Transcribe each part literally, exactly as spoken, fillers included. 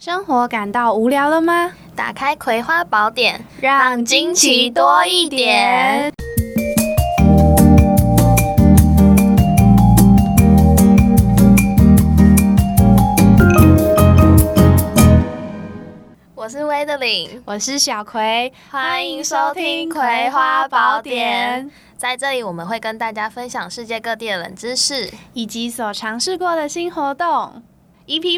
生活感到无聊了吗？ 打开葵花宝典， 让惊奇多一点。 我是威德琳， 我是小葵， 欢迎收听葵花宝典。在这里，我们会跟大家分享世界各地的冷知识， 以及所尝试过的新活动。E P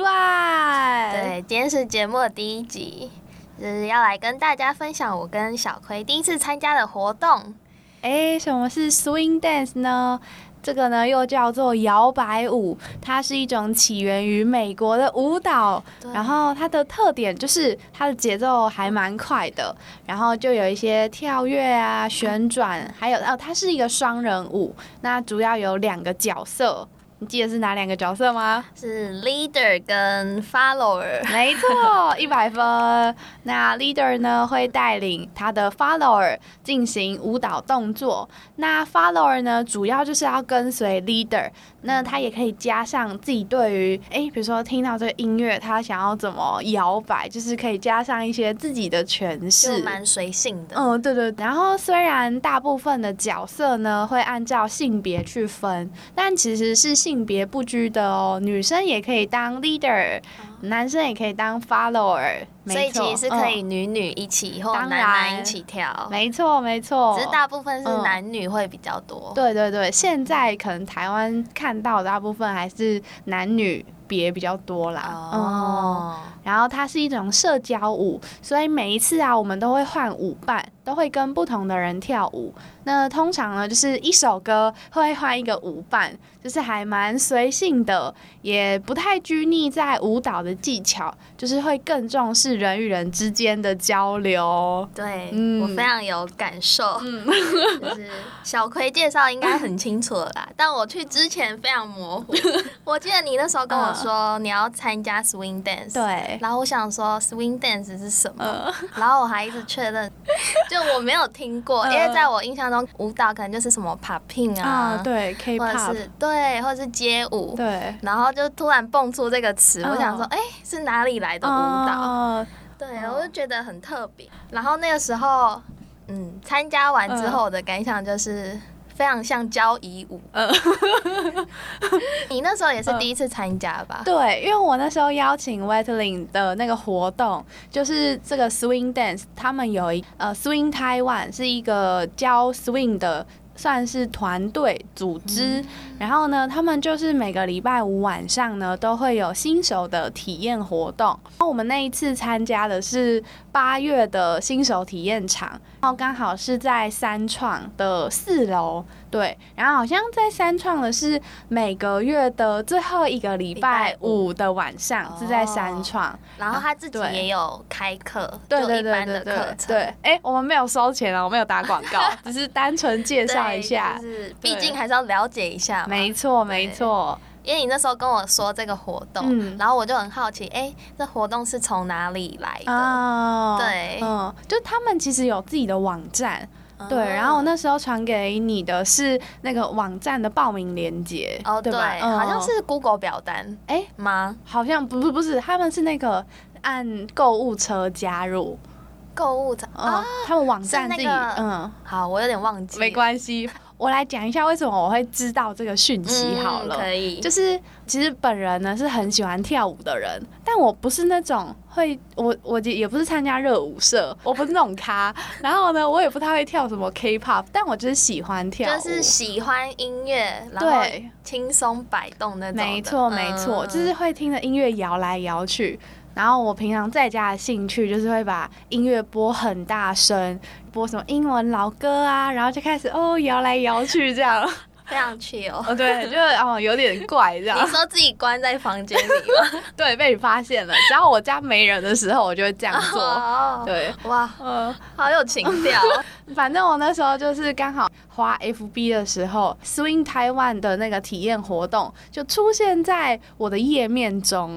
Y， 对，今天是节目的第一集，就是要来跟大家分享我跟小葵第一次参加的活动。 哎，什么是 Swing Dance 呢？这个呢又叫做摇摆舞，它是一种起源于美国的舞蹈，然后它的特点就是它的节奏还蛮快的，然后就有一些跳跃啊、旋转，还有哦，它是一个双人舞，那主要有两个角色。你记得是哪两个角色吗？ 是 leader 跟 follower。 没错，一百分。那 leader 呢会带领他的 follower 进行舞蹈动作，那 follower 呢主要就是要跟随 leader。那他也可以加上自己对于哎，比如说听到这个音乐，他想要怎么摇摆，就是可以加上一些自己的诠释， 就蛮随性的。 嗯，对对。然后虽然大部分的角色呢会按照性别去分，但其实是性别不拘的哦，女生也可以当 leader，、嗯、男生也可以当 follower。 所以其实是可以女女一起、嗯、或男男一起跳， 没错没错， 只是大部分是男女会比较多、 嗯、对对对，现在可能台湾看到的大部分还是男女别比较多啦。哦、嗯，然后它是一种社交舞，所以每一次啊我们都会换舞伴，都会跟不同的人跳舞。那通常呢就是一首歌会换一个舞伴，就是还蛮随性的，也不太拘泥在舞蹈的技巧，就是会更重视人与人之间的交流。 对、嗯、我非常有感受、嗯、就是小葵介绍应该很清楚了啦但我去之前非常模糊我记得你那时候跟我说你要参加 swing dance， 对， 然后我想说 swing dance 是什么、呃、然后我还一直确认就我没有听过、呃、因为在我印象中舞蹈可能就是什么 popping 啊, 啊对 K-pop 或者是对或者是街舞， 对， 然后就突然蹦出这个词、呃、我想说哎、欸、是哪里来的舞蹈、呃、对，我就觉得很特别。然后那个时候嗯参加完之后我的感想就是非常像交谊舞、呃、你那时候也是第一次参加吧、呃、 对，因为我那时候邀请 Wetling 的那个活动就是这个 Swing Dance， 他们有一呃 Swing Taiwan 是一个教 Swing 的算是团队组织、嗯、然后呢他们就是每个礼拜五晚上呢都会有新手的体验活动。我们那一次参加的是八月的新手体验场，然后刚好是在三创的四楼，对，然后好像在三创的是每个月的最后一个礼拜五的晚上是在三创、哦、 然后他自己也有开课， 对对对对对对对，哎、欸，我们没有收钱啊，我没有打广告只是单纯介绍一下， 就是毕竟还是要了解一下嘛。 没错没错， 因为你那时候跟我说这个活动、嗯、然后我就很好奇，哎、欸，这活动是从哪里来的、哦、对， 嗯，就他们其实有自己的网站、嗯、对，然后我那时候传给你的是那个网站的报名链接， 哦，对吧、嗯、好像是 Google 表单哎、欸、吗？ 好像不是不是，他们是那个按购物车加入购物车、 嗯、啊，他们网站自己、那個、嗯， 好，我有点忘记， 没关系。我来讲一下为什么我会知道这个讯息好了、 嗯、可以， 就是其实本人呢是很喜欢跳舞的人，但我不是那种会我我也不是参加热舞社，我不是那种咖然后呢我也不太会跳什么 K-pop， 但我就是喜欢跳舞， 就是喜欢音乐，然后轻松摆动那种的， 没错没错、嗯、就是会听着音乐摇来摇去，然后我平常在家的兴趣就是会把音乐播很大声，播什么英文老歌啊，然后就开始哦摇来摇去这样， 非常 chill 哦，对，就哦有点怪这样。 你说自己关在房间里吗？ 对，被你发现了。只要我家没人的时候，我就会这样做。哦、对， 哇，嗯，好有情调。 反正我那时候就是刚好滑 F B 的时候 ，Swing Taiwan 的那个体验活动就出现在我的页面中。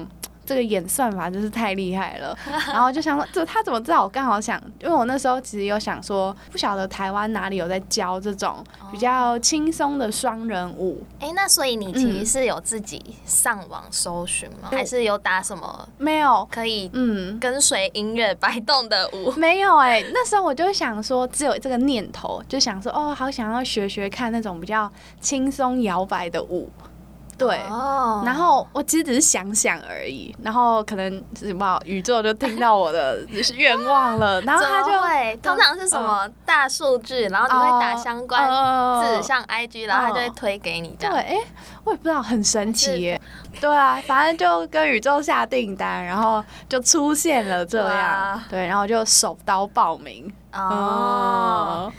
这个演算法真是太厉害了，然后就想说，这他怎么知道？我刚好想，因为我那时候其实有想说，不晓得台湾哪里有在教这种比较轻松的双人舞。 哎、欸，那所以你其实是有自己上网搜寻吗？嗯、还是有打什么？ 没有， 可以嗯跟随音乐摆动的舞？ 没有哎、欸，那时候我就想说，只有这个念头，就想说，哦，好想要学学看那种比较轻松摇摆的舞。对， oh. 然后我其实只是想想而已，然后可能什么宇宙就听到我的愿望了，然后他就会通常是什么大数据，然后你会打相关字， oh. 像 I G， 然後他就会推给你這樣。 對，哎、欸，我也不知道，很神奇耶。对啊，反正就跟宇宙下订单，然后就出现了这样，对，然后就手刀报名。 哦、oh. ，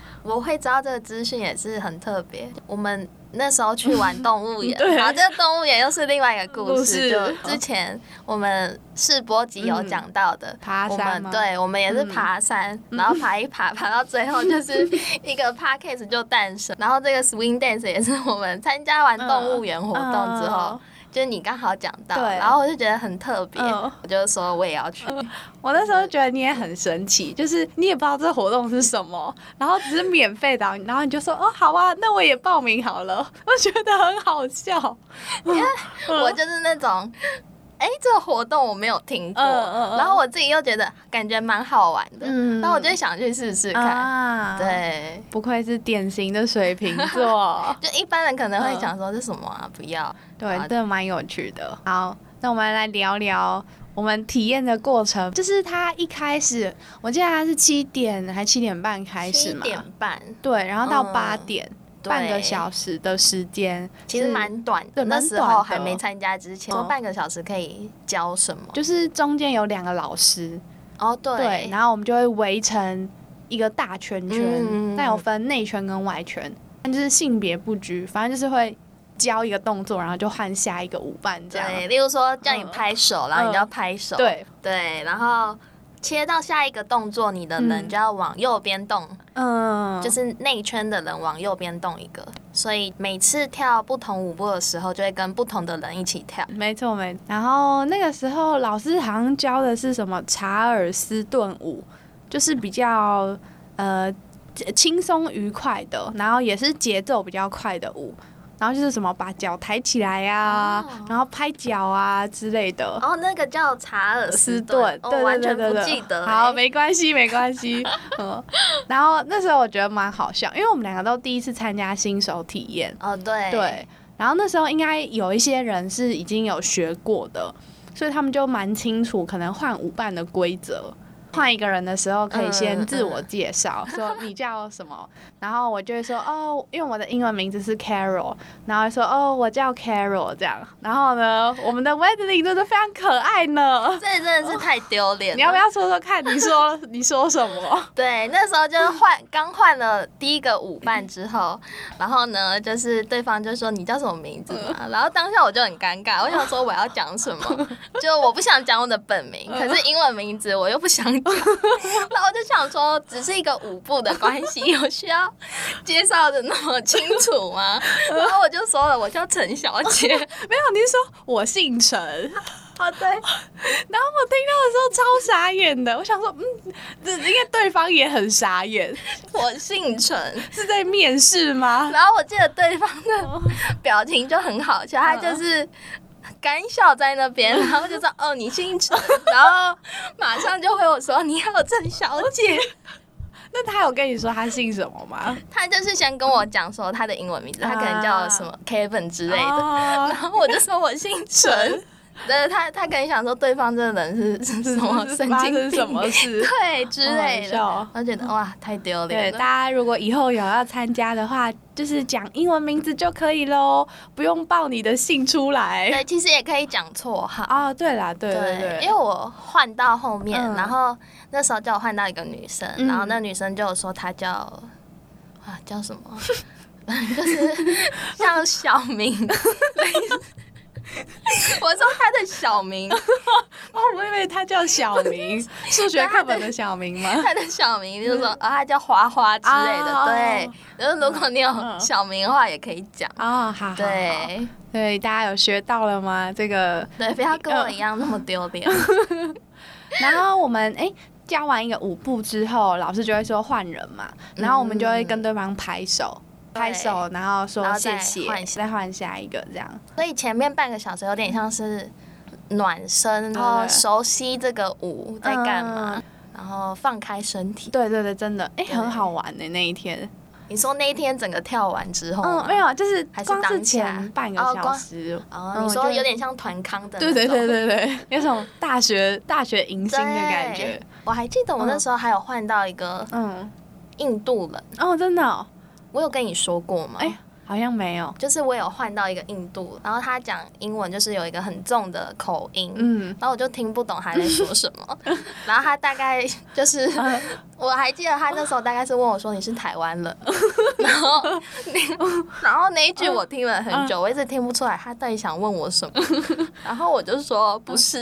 我会知道这个资讯也是很特别，我们。那时候去玩动物园，然后这个动物园又是另外一个故事。就之前我们试播集有讲到的， 嗯、爬山吗？ 对，我们也是爬山，嗯、然后爬一爬，爬到最后就是一个 podcast 就诞生。然后这个 swing dance 也是我们参加完动物园活动之后。嗯嗯就是你刚好讲到，然后我就觉得很特别、嗯，我就说我也要去、嗯。 我那时候觉得你也很神奇，就是你也不知道这活动是什么，然后只是免费的，然后你就说哦好啊，那我也报名好了，我觉得很好笑， 因为我就是那种。哎、欸，这个活动我没有听过、嗯嗯，然后我自己又觉得感觉蛮好玩的，嗯，然后我就想去试试看、啊。对， 不愧是典型的水瓶座， 就一般人可能会想说这什么啊，不要。 对，真的蛮有趣的。好，那我们来聊聊我们体验的过程。就是他一开始，我记得他是七点还七点半开始嘛？ 七点半。 对，然后到八点。嗯半个小时的时间， 其实蛮短的。那时候还没参加之前，说半个小时可以教什么？ 就是中间有两个老师， 哦对， 对，然后我们就会围成一个大圈圈，但、嗯、有分内圈跟外圈，但就是性别不拘，反正就是会教一个动作，然后就换下一个舞伴这样。 对，例如说叫你拍手，嗯、然后你就要拍手， 对对，然后。切到下一个动作，你的人就要往右边动，嗯，就是内圈的人往右边动一个，所以每次跳不同舞步的时候，就会跟不同的人一起跳。 没错没错。然后那个时候老师好像教的是什么查尔斯顿舞，就是比较呃轻松愉快的，然后也是节奏比较快的舞。然后就是什么把脚抬起来啊、哦，然后拍脚啊之类的。 哦，那个叫查尔斯顿，我、哦、完全不记得。 好，没关系，没关系。嗯，然后那时候我觉得蛮好笑，因为我们两个都第一次参加新手体验。 哦，对。 对。然后那时候应该有一些人是已经有学过的，所以他们就蛮清楚可能换舞伴的规则。换一个人的时候，可以先自我介绍、嗯嗯，说你叫什么，然后我就会说哦，因为我的英文名字是 Carol， 然后说哦，我叫 Carol 这样，然后呢，我们的 Wedding 真的非常可爱呢， 这真的是太丢脸了。 你要不要说说看？你说你说什么？ 对，那时候就是换刚换了第一个舞伴之后，然后呢，就是对方就说你叫什么名字嘛，然后当下我就很尴尬，我想说我要讲什么，就我不想讲我的本名，可是英文名字我又不想。然后我就想说，只是一个舞步的关系，有需要介绍的那么清楚吗？然后我就说了，我叫陈小姐。没有， 你是说我姓陈？ 哦，对。然后我听到的时候超傻眼的，我想说，嗯，应该对方也很傻眼。 我姓陈， 是在面试吗？ 然后我记得对方的表情就很好笑，他就是干笑在那边，然后就说哦你姓陈，然后马上就回我说你好陈小姐。 那他有跟你说他姓什么吗？ 他就是先跟我讲说他的英文名字，他可能叫什么 Kevin 之类的，哦、然后我就说我姓陈。对，他他可能想说对方这个人是是什么神经病， 什么事对之类的，我觉得哇太丢脸了。 对，大家如果以后有要参加的话，就是讲英文名字就可以咯，不用报你的姓出来。 对，其实也可以讲绰号。 哦，对啦，对对对， 因为我换到后面，嗯、然后那时候叫我换到一个女生，嗯、然后那女生就有说她叫啊叫什么，就是像小明。 我说他的小名。 哦，我以为他叫小明，数学课本的小明吗？ 他的小名就是说，啊，他叫花花之类的。对，然后如果你有小名的话，也可以讲。 哦，好， 对对，大家有学到了吗？这个对，不要跟我一样那么丢脸。 然后我们哎。教完一个舞步之后，老师就会说换人嘛，然后我们就会跟对方拍手，嗯、拍手，然后说谢谢，再 换, 再换下一个这样。 所以前面半个小时有点像是暖身，然后熟悉这个舞在干嘛，嗯、然后放开身体。 对对对，真的，哎，很好玩的那一天。 你说那一天整个跳完之后， 嗯，没有，就是光是前半个小时。 哦，哦你说有点像团康的那种。 对对对对对，有种大学大学迎新的感觉。 我还记得我那时候还有换到一个嗯印度人。 哦，真的哦？ 我有跟你说过吗？ 哎。好像没有， 就是我有换到一个印度，然后他讲英文就是有一个很重的口音，嗯，然后我就听不懂他在说什么，然后他大概就是，我还记得他那时候大概是问我说你是台湾人，然后然后那一句我听了很久，我一直听不出来他到底想问我什么，然后我就说不是。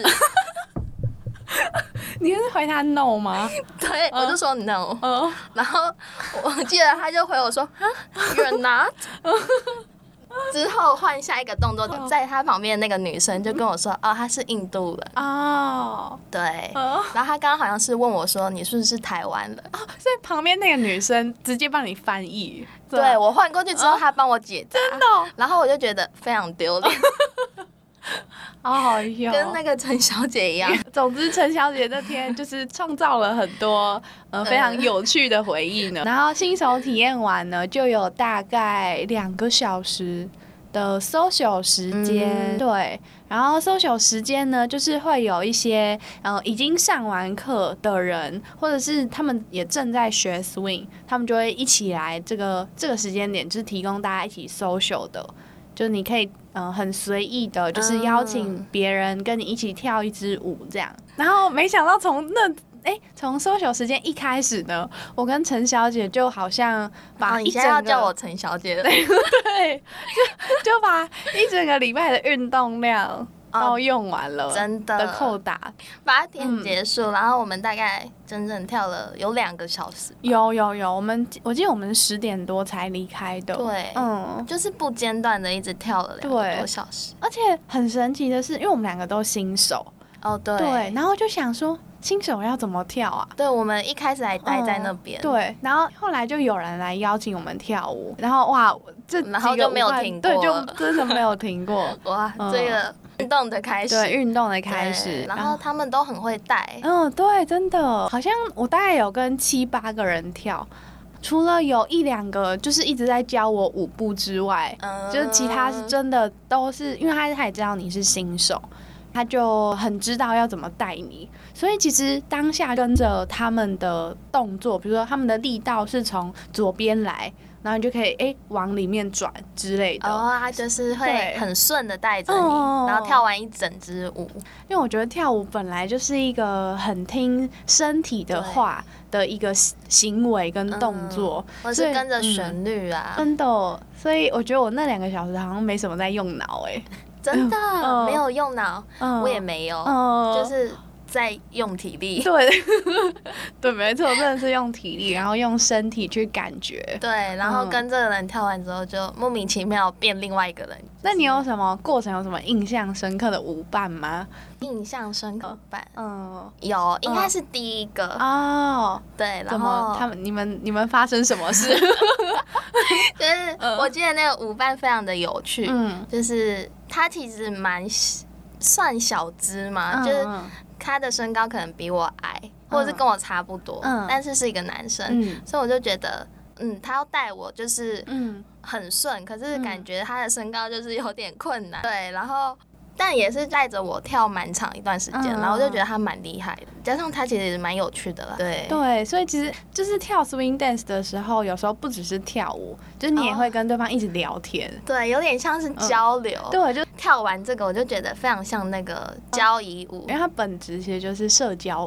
你是回他 no 吗？ 对，我就说 no，、uh, 然后我记得他就回我说 you're not 之后换下一个动作，在他旁边的那个女生就跟我说哦，她是印度人哦， oh. 对， uh. 然后他刚刚好像是问我说你是不是台湾人、 oh, 所以旁边那个女生直接帮你翻译， 对，我换过去之后她帮我解答、 uh. 真的、哦， 然后我就觉得非常丢脸。 好好笑， 跟那个陈小姐一样。 总之，陈小姐那天就是创造了很多呃非常有趣的回忆呢。然后新手体验完呢，就有大概两个小时的 social 时间、嗯，对。然后 social 时间呢，就是会有一些呃已经上完课的人，或者是他们也正在学 swing， 他们就会一起来这个这个时间点，就是提供大家一起 social 的。就你可以嗯、呃、很随意的，就是邀请别人跟你一起跳一支舞这样。然后没想到从那哎从 social 时间一开始呢，我跟陈小姐就好像把一整个、 哦、你现在要叫我陈小姐了， 对对，就就把一整个礼拜的运动量都用完了， 真的的扣打， 八天结束、嗯，然后我们大概整整跳了有两个小时。 有有有，我们我记得我们十点多才离开的。 对，嗯，就是不间断的一直跳了两个多小时。 而且很神奇的是，因为我们两个都新手， 哦对， 对，然后就想说新手要怎么跳啊？ 对，我们一开始还待在那边、嗯， 对，然后后来就有人来邀请我们跳舞，然后哇，这然后就没有停过， 对，就真的没有停过。 哇，嗯、这个。运动的开始， 对，运动的开始， 然后他们都很会带， 嗯，对，真的，好像我大概有跟七八个人跳，除了有一两个就是一直在教我舞步之外，嗯，就是其他是真的都是，因为他他也知道你是新手，他就很知道要怎么带你，所以其实当下跟着他们的动作，比如说他们的力道是从左边来。然后你就可以哎、欸、往里面转之类的， 哦，他就是会很顺的带着你、哦，然后跳完一整支舞。 因为我觉得跳舞本来就是一个很听身体的话的一个行为跟动作， 嗯、或是跟着旋律啊、 嗯，真的。所以我觉得我那两个小时好像没什么在用脑哎、欸， 真的、嗯、没有用脑、嗯，我也没有，嗯、就是。在用体力， 对，对，没错，真的是用体力，然后用身体去感觉， 对，然后跟这个人跳完之后，就莫名其妙变另外一个人。 那你有什么过程？有什么印象深刻的舞伴吗？ 印象深刻伴，嗯，有，应该是第一个哦。 对，然后他们、你们、你们发生什么事？ 就是我记得那个舞伴非常的有趣，嗯，就是他其实蛮算小只嘛，嗯、就是。他的身高可能比我矮，或者是跟我差不多，嗯、但是是一个男生、嗯，所以我就觉得，嗯，他要带我就是很顺、嗯，可是感觉他的身高就是有点困难，对，然后但也是带着我跳蛮长一段时间、嗯，然后我就觉得他蛮厉害的，加上他其实也蛮有趣的啦，对对，所以其实就是跳 swing dance 的时候，有时候不只是跳舞，就是你也会跟对方一直聊天，哦、 对，有点像是交流， 嗯、对，就跳完这个我就觉得非常像那个交谊舞， 因为它本质其实就是社交舞。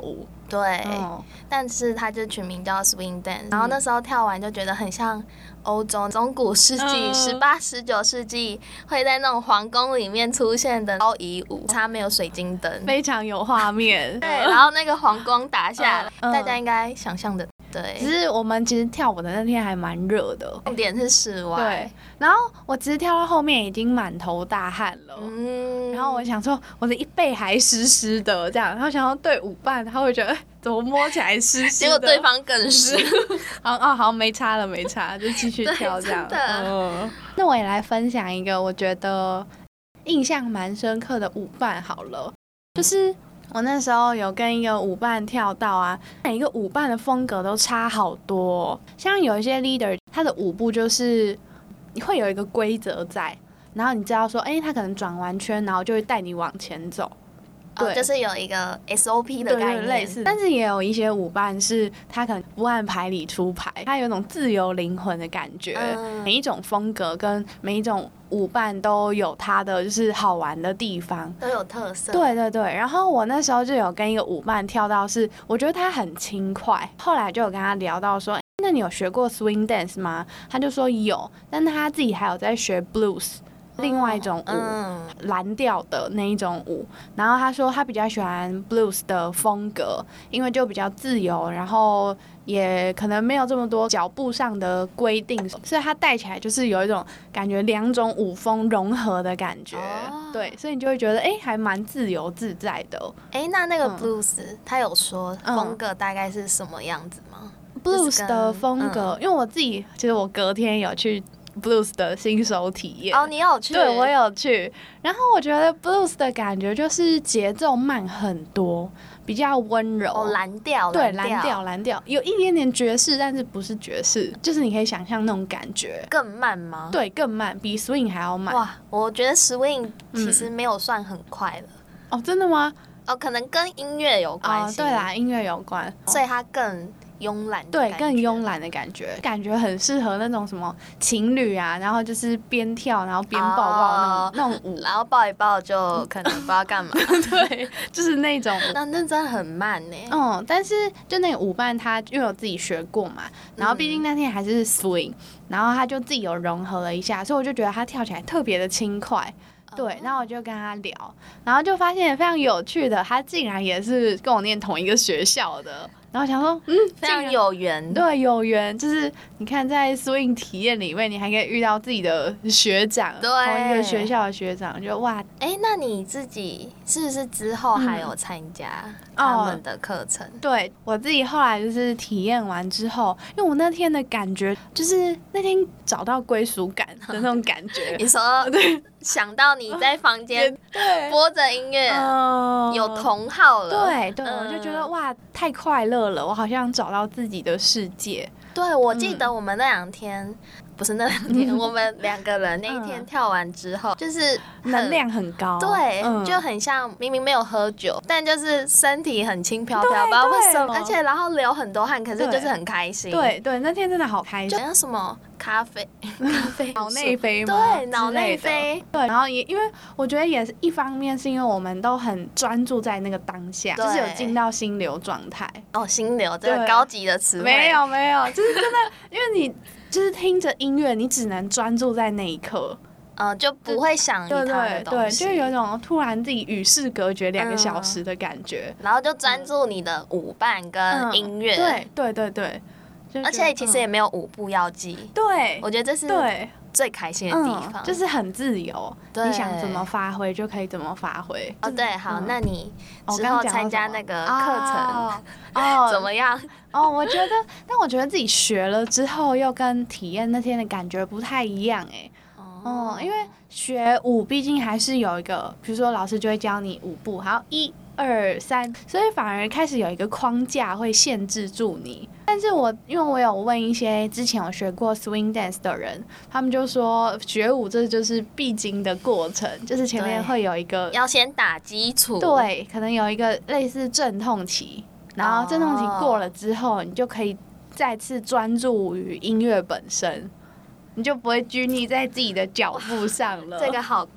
对， 哦、 但是它就取名叫 swing dance，、嗯、然后那时候跳完就觉得很像欧洲中古世纪十八、十九世纪会在那种皇宫里面出现的高仪舞，它没有水晶灯， 非常有画面。 对，然后那个皇宫打下来， 嗯、 大家应该想象的。对， 只是我们其实跳舞的那天还蛮热的， 重点是室外。 对，然后我其实跳到后面已经满头大汗了，嗯，然后我想说我的一背还湿湿的这样，然后想要对舞伴，他会觉得怎么摸起来湿湿的， 结果对方更湿。 好哦，好没差了没差，就继续跳这样。嗯，那我也来分享一个我觉得印象蛮深刻的舞伴好了，就是我那时候有跟一个舞伴跳到啊，每一个舞伴的风格都差好多哦。像有一些 leader， 他的舞步就是你会有一个规则在，然后你知道说，哎、欸，他可能转完圈，然后就会带你往前走。 对、哦，就是有一个 S O P 的概念， 对对类似。但是也有一些舞伴是他可能不按牌理出牌，他有一种自由灵魂的感觉。嗯、每一种风格跟每一种舞伴都有它的就是好玩的地方， 都有特色。 对对对。然后我那时候就有跟一个舞伴跳到是，我觉得他很轻快。后来就有跟他聊到说，那你有学过 swing dance 吗？他就说有，但他自己还有在学 blues。另外一种舞，嗯、蓝调的那一种舞，然后他说他比较喜欢 blues 的风格，因为就比较自由，然后也可能没有这么多脚步上的规定，所以他带起来就是有一种感觉两种舞风融合的感觉，哦、对，所以你就会觉得哎、欸，还蛮自由自在的。 哎、欸，那那个 blues、嗯、他有说风格大概是什么样子吗、 嗯、？blues 的风格，嗯、因为我自己其实我隔天有去blues 的新手体验哦，你有去？ 对，我有去。然后我觉得 blues 的感觉就是节奏慢很多，比较温柔。 哦，蓝调， 对，蓝调，蓝调，有一点点爵士，但是不是爵士，就是你可以想象那种感觉。 更慢吗？ 对，更慢，比 swing 还要慢。 哇，我觉得 swing 其实没有算很快了。 嗯、哦，真的吗？ 哦，可能跟音乐有关系、 哦。对啦，音乐有关， 所以它更慵懒， 对，更慵懒的感觉，感觉很适合那种什么情侣啊，然后就是边跳然后边抱抱那种、哦、那种舞， 然后抱一抱就可能不知道干嘛。 对，就是那种。 那那真的很慢呢。 嗯，但是就那个舞伴他因为我自己学过嘛，然后毕竟那天还是 swing，、嗯、然后他就自己有融合了一下，所以我就觉得他跳起来特别的轻快。对，然后我就跟他聊，然后就发现非常有趣的，他竟然也是跟我念同一个学校的。然后想说，嗯， 非常有缘， 对，有缘，就是你看在 swing 体验里面，你还可以遇到自己的学长， 对， 同一个学校的学长，就哇， 哎，那你自己是不是之后还有参加他们的课程？ 嗯哦、对，我自己后来就是体验完之后，因为我那天的感觉就是那天找到归属感的那种感觉。 你说，对，想到你在房间播着音乐， 哦、 有同好了， 对对，嗯、我就觉得哇，太快乐了，我好像找到自己的世界。 对，我记得我们那两天、嗯、不是那两天、嗯、我们两个人那一天跳完之后、嗯、就是能量很高， 对、 嗯、 就很像明明没有喝酒，但就是身体很轻飘飘，不知道为什么，而且然后流很多汗，可是就是很开心。 对 对, 对，那天真的好开心， 就像什么咖啡咖啡脑内啡吗？ 对，脑内啡。 对，然后也因为我觉得也是一方面是因为我们都很专注在那个当下，就是有进到心流状态。 哦，心流这个高级的词汇。 没有没有，就是真的，因为你就是听着音乐，你只能专注在那一刻。 呃，就不会想其他的东西， 对对对，就有一种突然自己与世隔绝两个小时的感觉， 嗯、然后就专注你的舞伴跟音乐、 嗯，对对对对， 而且其实也没有舞步要记， 对， 我觉得这是最开心的地方， 嗯、就是很自由，你想怎么发挥就可以怎么发挥。 哦，对，好，嗯、那你之后参加那个课程哦怎么样？ 哦，我觉得，但我觉得自己学了之后，又跟体验那天的感觉不太一样，哎。哦、嗯，因为学舞毕竟还是有一个，比如说老师就会教你舞步，好，一二三，所以反而开始有一个框架会限制住你。但是我因为我有问一些之前有学过 swing dance 的人，他们就说学舞这就是必经的过程，就是前面会有一个要先打基础， 对，可能有一个类似阵痛期，然后阵痛期过了之后，你就可以再次专注于音乐本身。你就不会拘泥在自己的脚步上了。 这个好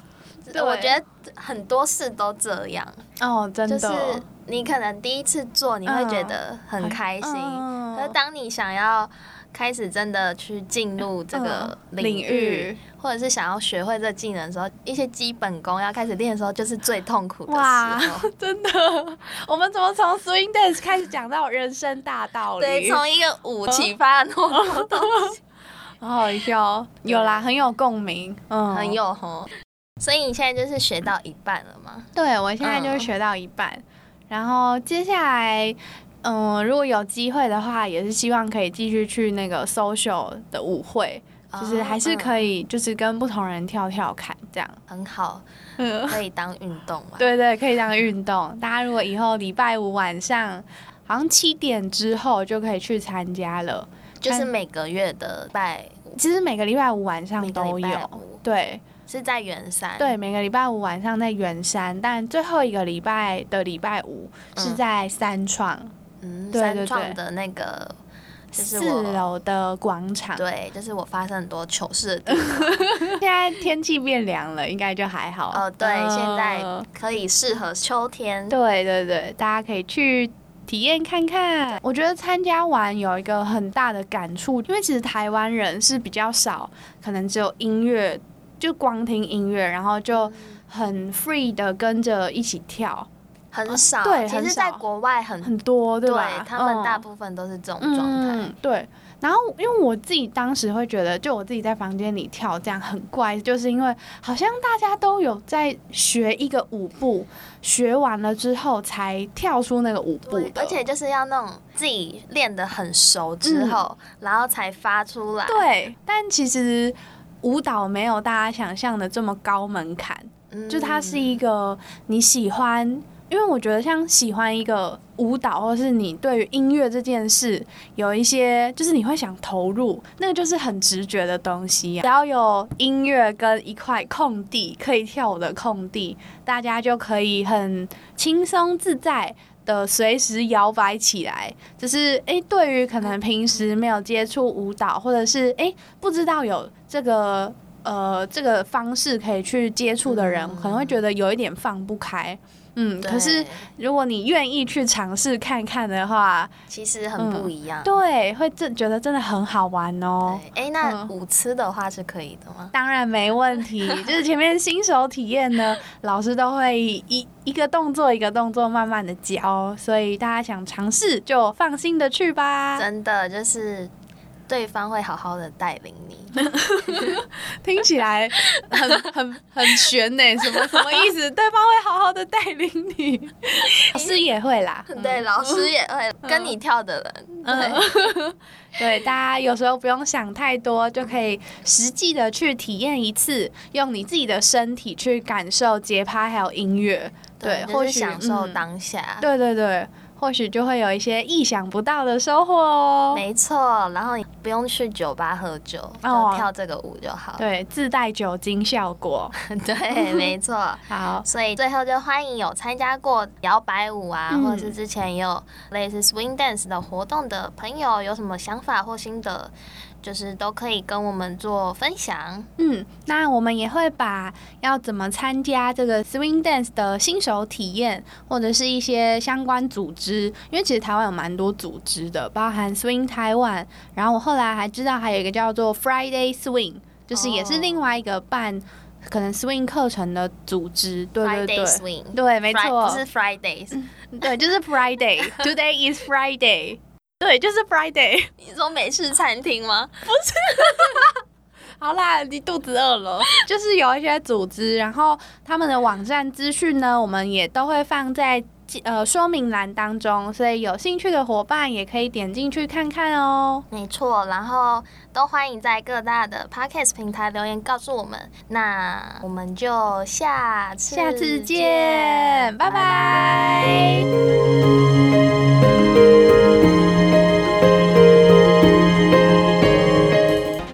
我觉得很多事都这样哦，真的， 就是你可能第一次做你会觉得很开心，嗯、可是当你想要开始真的去进入这个领域，嗯、领域或者是想要学会这个技能的时候，一些基本功要开始练的时候，就是最痛苦的时候。哇， 真的，我们怎么从 swing dance 开始讲到人生大道理？ 对，从一个舞启发那么多东西。 好好笑，有啦，很有共鸣，嗯， 很有吼。所以你现在就是学到一半了吗？ 对，我现在就是学到一半，嗯、然后接下来，嗯，如果有机会的话，也是希望可以继续去那个 social 的舞会，哦、就是还是可以，就是跟不同人跳跳看，这样很好，嗯，可以当运动嘛？ 对对，可以当运动。大家如果以后礼拜五晚上，好像七点之后就可以去参加了。 就是每个月的礼拜五， 其实每个礼拜五晚上都有，对， 是在圆山， 对，每个礼拜五晚上在圆山，但最后一个礼拜的礼拜五是在三创， 嗯，对对对，三创的那个就是四楼的广场， 对，就是我发生很多糗事的地方。 现在天气变凉了，应该就还好。 哦，对，呃、现在可以适合秋天， 对对对，大家可以去体验看看。我觉得参加完有一个很大的感触，因为其实台湾人是比较少，可能只有音乐，就光听音乐，然后就很 free 的跟着一起跳， 很少。 呃、对， 其实在国外很很多，对吧？ 对，他们大部分都是这种状态、 嗯。对。然后，因为我自己当时会觉得，就我自己在房间里跳这样很怪，就是因为好像大家都有在学一个舞步，学完了之后才跳出那个舞步的， 而且就是要那种自己练得很熟之后，嗯、然后才发出来。 对，但其实舞蹈没有大家想象的这么高门槛，嗯、就它是一个你喜欢。因为我觉得像喜欢一个舞蹈，或是你对于音乐这件事有一些，就是你会想投入，那个就是很直觉的东西啊。只要有音乐跟一块空地可以跳舞的空地，大家就可以很轻松自在的随时摇摆起来。就是哎、欸，对于可能平时没有接触舞蹈，或者是哎、欸、不知道有这个呃这个方式可以去接触的人，可能会觉得有一点放不开。嗯，可是如果你愿意去尝试看看的话， 其实很不一样。 嗯、对，会真觉得真的很好玩哦。 哎，那舞姿的话是可以的吗？ 当然没问题，就是前面新手体验呢，老师都会一一个动作一个动作慢慢的教，所以大家想尝试就放心的去吧。 真的就是对方会好好的带领你。 听起来很很很悬呢、欸，什么什么意思？对方会好好的带领你，老师也会啦， 对，嗯、老师也会、嗯、跟你跳的人，对， 嗯、对，大家有时候不用想太多，就可以实际的去体验一次，用你自己的身体去感受节拍还有音乐， 对， 或许、 就是、享受当下、 嗯，对对对。或许就会有一些意想不到的收获哦。 没错，然后你不用去酒吧喝酒，哦、就跳这个舞就好。 对，自带酒精效果。 对，没错。 好， 所以最后就欢迎有参加过摇摆舞啊， 嗯、 或者是之前也有类似 swing dance 的活动的朋友，有什么想法或心得，就是都可以跟我们做分享。 嗯，那我们也会把要怎么参加这个 swing dance 的新手体验，或者是一些相关组织。因为其实台湾有蛮多组织的，包含 Swing Taiwan， 然后我后来还知道还有一个叫做 Friday Swing， 就是也是另外一个办可能 Swing 课程的组织。对对对 ，Friday Swing， 对，没错， 不是 Fridays， 对，就是 Friday，Today is Friday， 对，就是 Friday。 你说美式餐厅吗？ 不是。好啦，你肚子饿了。就是有一些组织，然后他们的网站资讯呢，我们也都会放在呃说明栏当中，所以有兴趣的伙伴也可以点进去看看哦。 没错，然后都欢迎在各大的 Podcast 平台留言告诉我们。那我们就下次下次见，拜拜。 拜拜。